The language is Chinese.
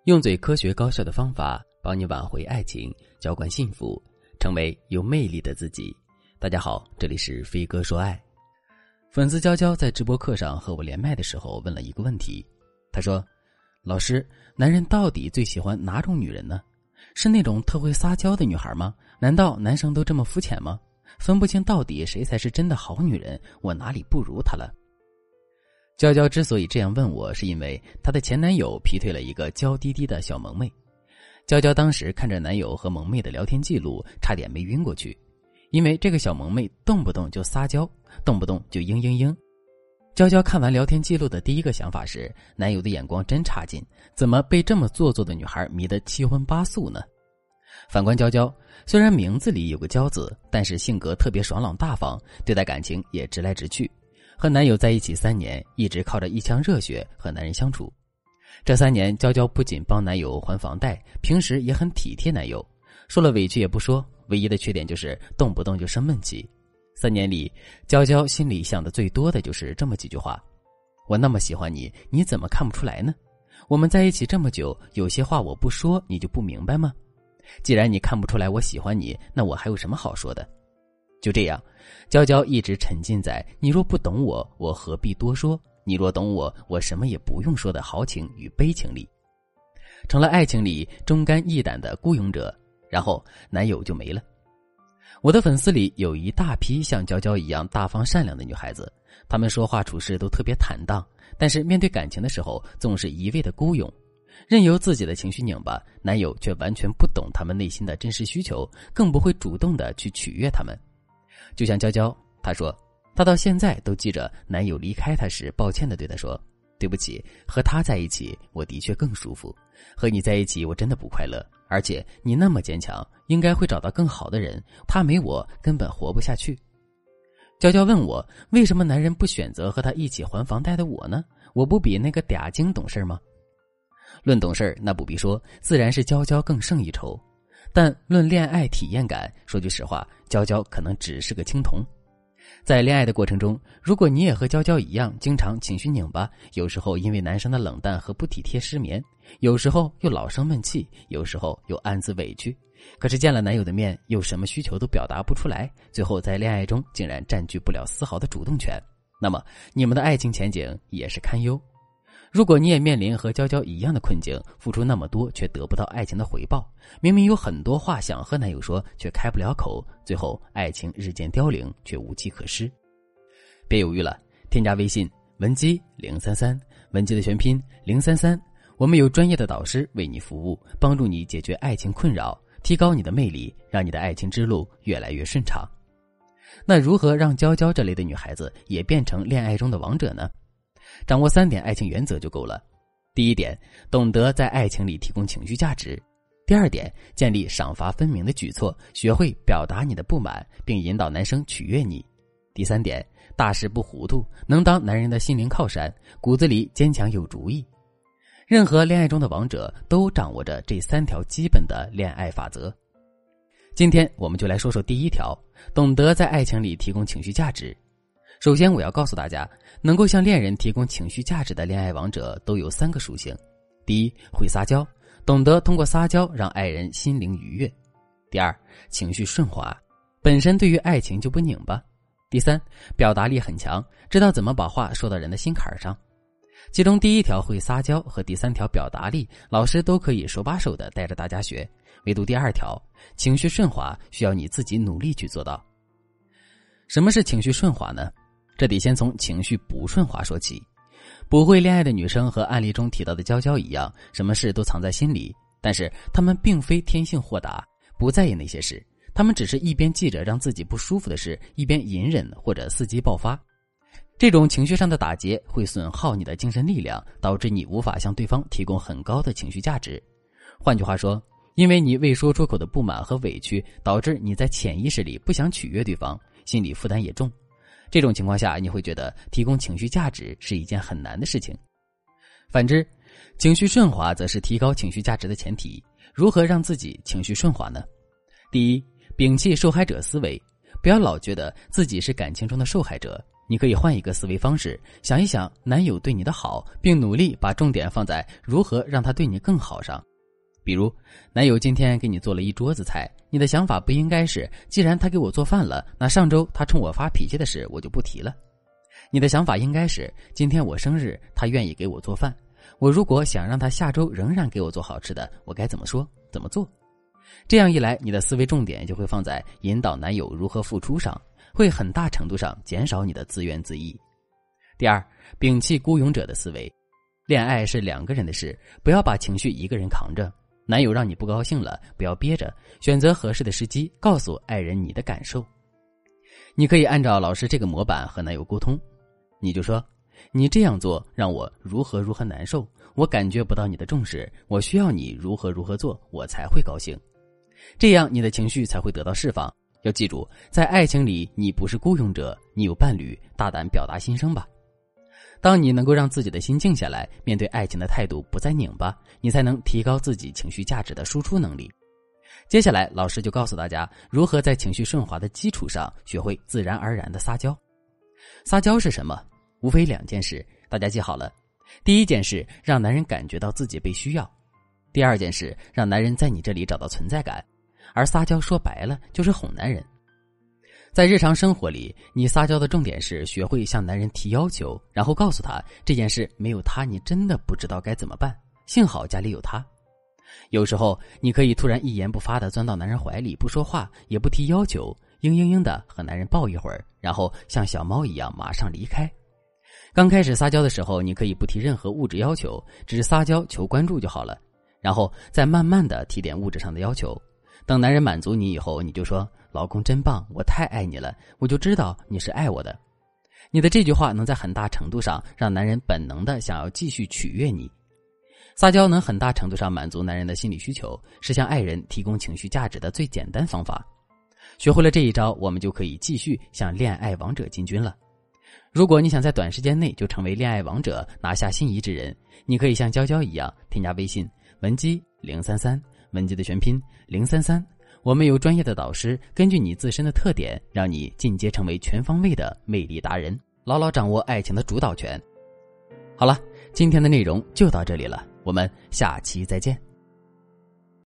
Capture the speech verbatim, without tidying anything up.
用最科学高效的方法帮你挽回爱情，浇灌幸福，成为有魅力的自己。大家好，这里是飞哥说爱。粉丝娇娇在直播课上和我连麦的时候问了一个问题，她说，老师，男人到底最喜欢哪种女人呢？是那种特会撒娇的女孩吗？难道男生都这么肤浅吗？分不清到底谁才是真的好女人，我哪里不如她了？娇娇之所以这样问我，是因为她的前男友劈腿了一个娇滴滴的小萌妹。娇娇当时看着男友和萌妹的聊天记录，差点没晕过去，因为这个小萌妹动不动就撒娇，动不动就嘤嘤嘤。娇娇看完聊天记录的第一个想法是，男友的眼光真差劲，怎么被这么做作的女孩迷得七荤八素呢？反观娇娇，虽然名字里有个娇字，但是性格特别爽朗大方，对待感情也直来直去。和男友在一起三年，一直靠着一腔热血和男人相处。这三年，娇娇不仅帮男友还房贷，平时也很体贴男友，说了委屈也不说，唯一的缺点就是动不动就生闷气。三年里，娇娇心里想的最多的就是这么几句话：我那么喜欢你，你怎么看不出来呢？我们在一起这么久，有些话我不说你就不明白吗？既然你看不出来我喜欢你，那我还有什么好说的？就这样，娇娇一直沉浸在你若不懂我，我何必多说，你若懂我，我什么也不用说的豪情与悲情里，成了爱情里忠肝义胆的孤勇者，然后男友就没了。我的粉丝里有一大批像娇娇一样大方善良的女孩子，她们说话处事都特别坦荡，但是面对感情的时候总是一味的孤勇，任由自己的情绪拧巴，男友却完全不懂她们内心的真实需求，更不会主动的去取悦她们。就像娇娇，她说她到现在都记着男友离开她时抱歉的对她说，对不起，和他在一起我的确更舒服，和你在一起我真的不快乐，而且你那么坚强，应该会找到更好的人，他没我根本活不下去。娇娇问我，为什么男人不选择和他一起还房贷的我呢？我不比那个嗲精懂事吗？论懂事那不必说，自然是娇娇更胜一筹，但论恋爱体验感，说句实话，娇娇可能只是个青铜。在恋爱的过程中，如果你也和娇娇一样经常情绪拧巴，有时候因为男生的冷淡和不体贴失眠，有时候又老生闷气，有时候又暗自委屈，可是见了男友的面又什么需求都表达不出来，最后在恋爱中竟然占据不了丝毫的主动权，那么你们的爱情前景也是堪忧。如果你也面临和娇娇一样的困境，付出那么多却得不到爱情的回报，明明有很多话想和男友说却开不了口，最后爱情日渐凋零却无计可施。别犹豫了，添加微信文姬零三三，文姬的全拼零三三，我们有专业的导师为你服务，帮助你解决爱情困扰，提高你的魅力，让你的爱情之路越来越顺畅。那如何让娇娇这类的女孩子也变成恋爱中的王者呢？掌握三点爱情原则就够了。第一点，懂得在爱情里提供情绪价值。第二点，建立赏罚分明的举措，学会表达你的不满，并引导男生取悦你。第三点，大事不糊涂，能当男人的心灵靠山，骨子里坚强有主意。任何恋爱中的王者都掌握着这三条基本的恋爱法则。今天我们就来说说第一条，懂得在爱情里提供情绪价值。首先我要告诉大家，能够向恋人提供情绪价值的恋爱王者都有三个属性。第一，会撒娇，懂得通过撒娇让爱人心灵愉悦。第二，情绪顺滑，本身对于爱情就不拧巴。第三，表达力很强，知道怎么把话说到人的心坎上。其中第一条会撒娇和第三条表达力，老师都可以手把手的带着大家学，唯独第二条情绪顺滑需要你自己努力去做到。什么是情绪顺滑呢？这得先从情绪不顺滑说起。不会恋爱的女生和案例中提到的娇娇一样，什么事都藏在心里，但是她们并非天性豁达，不在意那些事，她们只是一边记着让自己不舒服的事，一边隐忍或者伺机爆发。这种情绪上的打结会损耗你的精神力量，导致你无法向对方提供很高的情绪价值。换句话说，因为你未说出口的不满和委屈，导致你在潜意识里不想取悦对方，心理负担也重。这种情况下，你会觉得提供情绪价值是一件很难的事情。反之，情绪顺滑则是提高情绪价值的前提。如何让自己情绪顺滑呢？第一，摒弃受害者思维，不要老觉得自己是感情中的受害者， 你可以换一个思维方式，想一想男友对你的好，并努力把重点放在如何让他对你更好上。比如，男友今天给你做了一桌子菜，你的想法不应该是，既然他给我做饭了，那上周他冲我发脾气的事我就不提了。你的想法应该是，今天我生日，他愿意给我做饭，我如果想让他下周仍然给我做好吃的，我该怎么说，怎么做？这样一来，你的思维重点就会放在引导男友如何付出上，会很大程度上减少你的自怨自艾。第二，摒弃孤勇者的思维。恋爱是两个人的事，不要把情绪一个人扛着。男友让你不高兴了，不要憋着，选择合适的时机告诉爱人你的感受。你可以按照老师这个模板和男友沟通，你就说，你这样做让我如何如何难受，我感觉不到你的重视，我需要你如何如何做，我才会高兴。这样你的情绪才会得到释放。要记住，在爱情里你不是孤勇者，你有伴侣，大胆表达心声吧。当你能够让自己的心静下来，面对爱情的态度不再拧巴，你才能提高自己情绪价值的输出能力。接下来老师就告诉大家如何在情绪顺滑的基础上学会自然而然的撒娇。撒娇是什么？无非两件事，大家记好了。第一件事，让男人感觉到自己被需要；第二件事，让男人在你这里找到存在感。而撒娇说白了就是哄男人。在日常生活里，你撒娇的重点是学会向男人提要求，然后告诉他这件事没有他你真的不知道该怎么办，幸好家里有他。有时候你可以突然一言不发地钻到男人怀里，不说话也不提要求，嘤嘤嘤地和男人抱一会儿，然后像小猫一样马上离开。刚开始撒娇的时候，你可以不提任何物质要求，只是撒娇求关注就好了，然后再慢慢地提点物质上的要求。等男人满足你以后，你就说，老公真棒，我太爱你了，我就知道你是爱我的。你的这句话能在很大程度上让男人本能的想要继续取悦你。撒娇能很大程度上满足男人的心理需求，是向爱人提供情绪价值的最简单方法。学会了这一招，我们就可以继续向恋爱王者进军了。如果你想在短时间内就成为恋爱王者，拿下心仪之人，你可以像娇娇一样添加微信文姬零三三，文姬的全拼零三三，我们有专业的导师，根据你自身的特点，让你进阶成为全方位的魅力达人，牢牢掌握爱情的主导权。好了，今天的内容就到这里了，我们下期再见。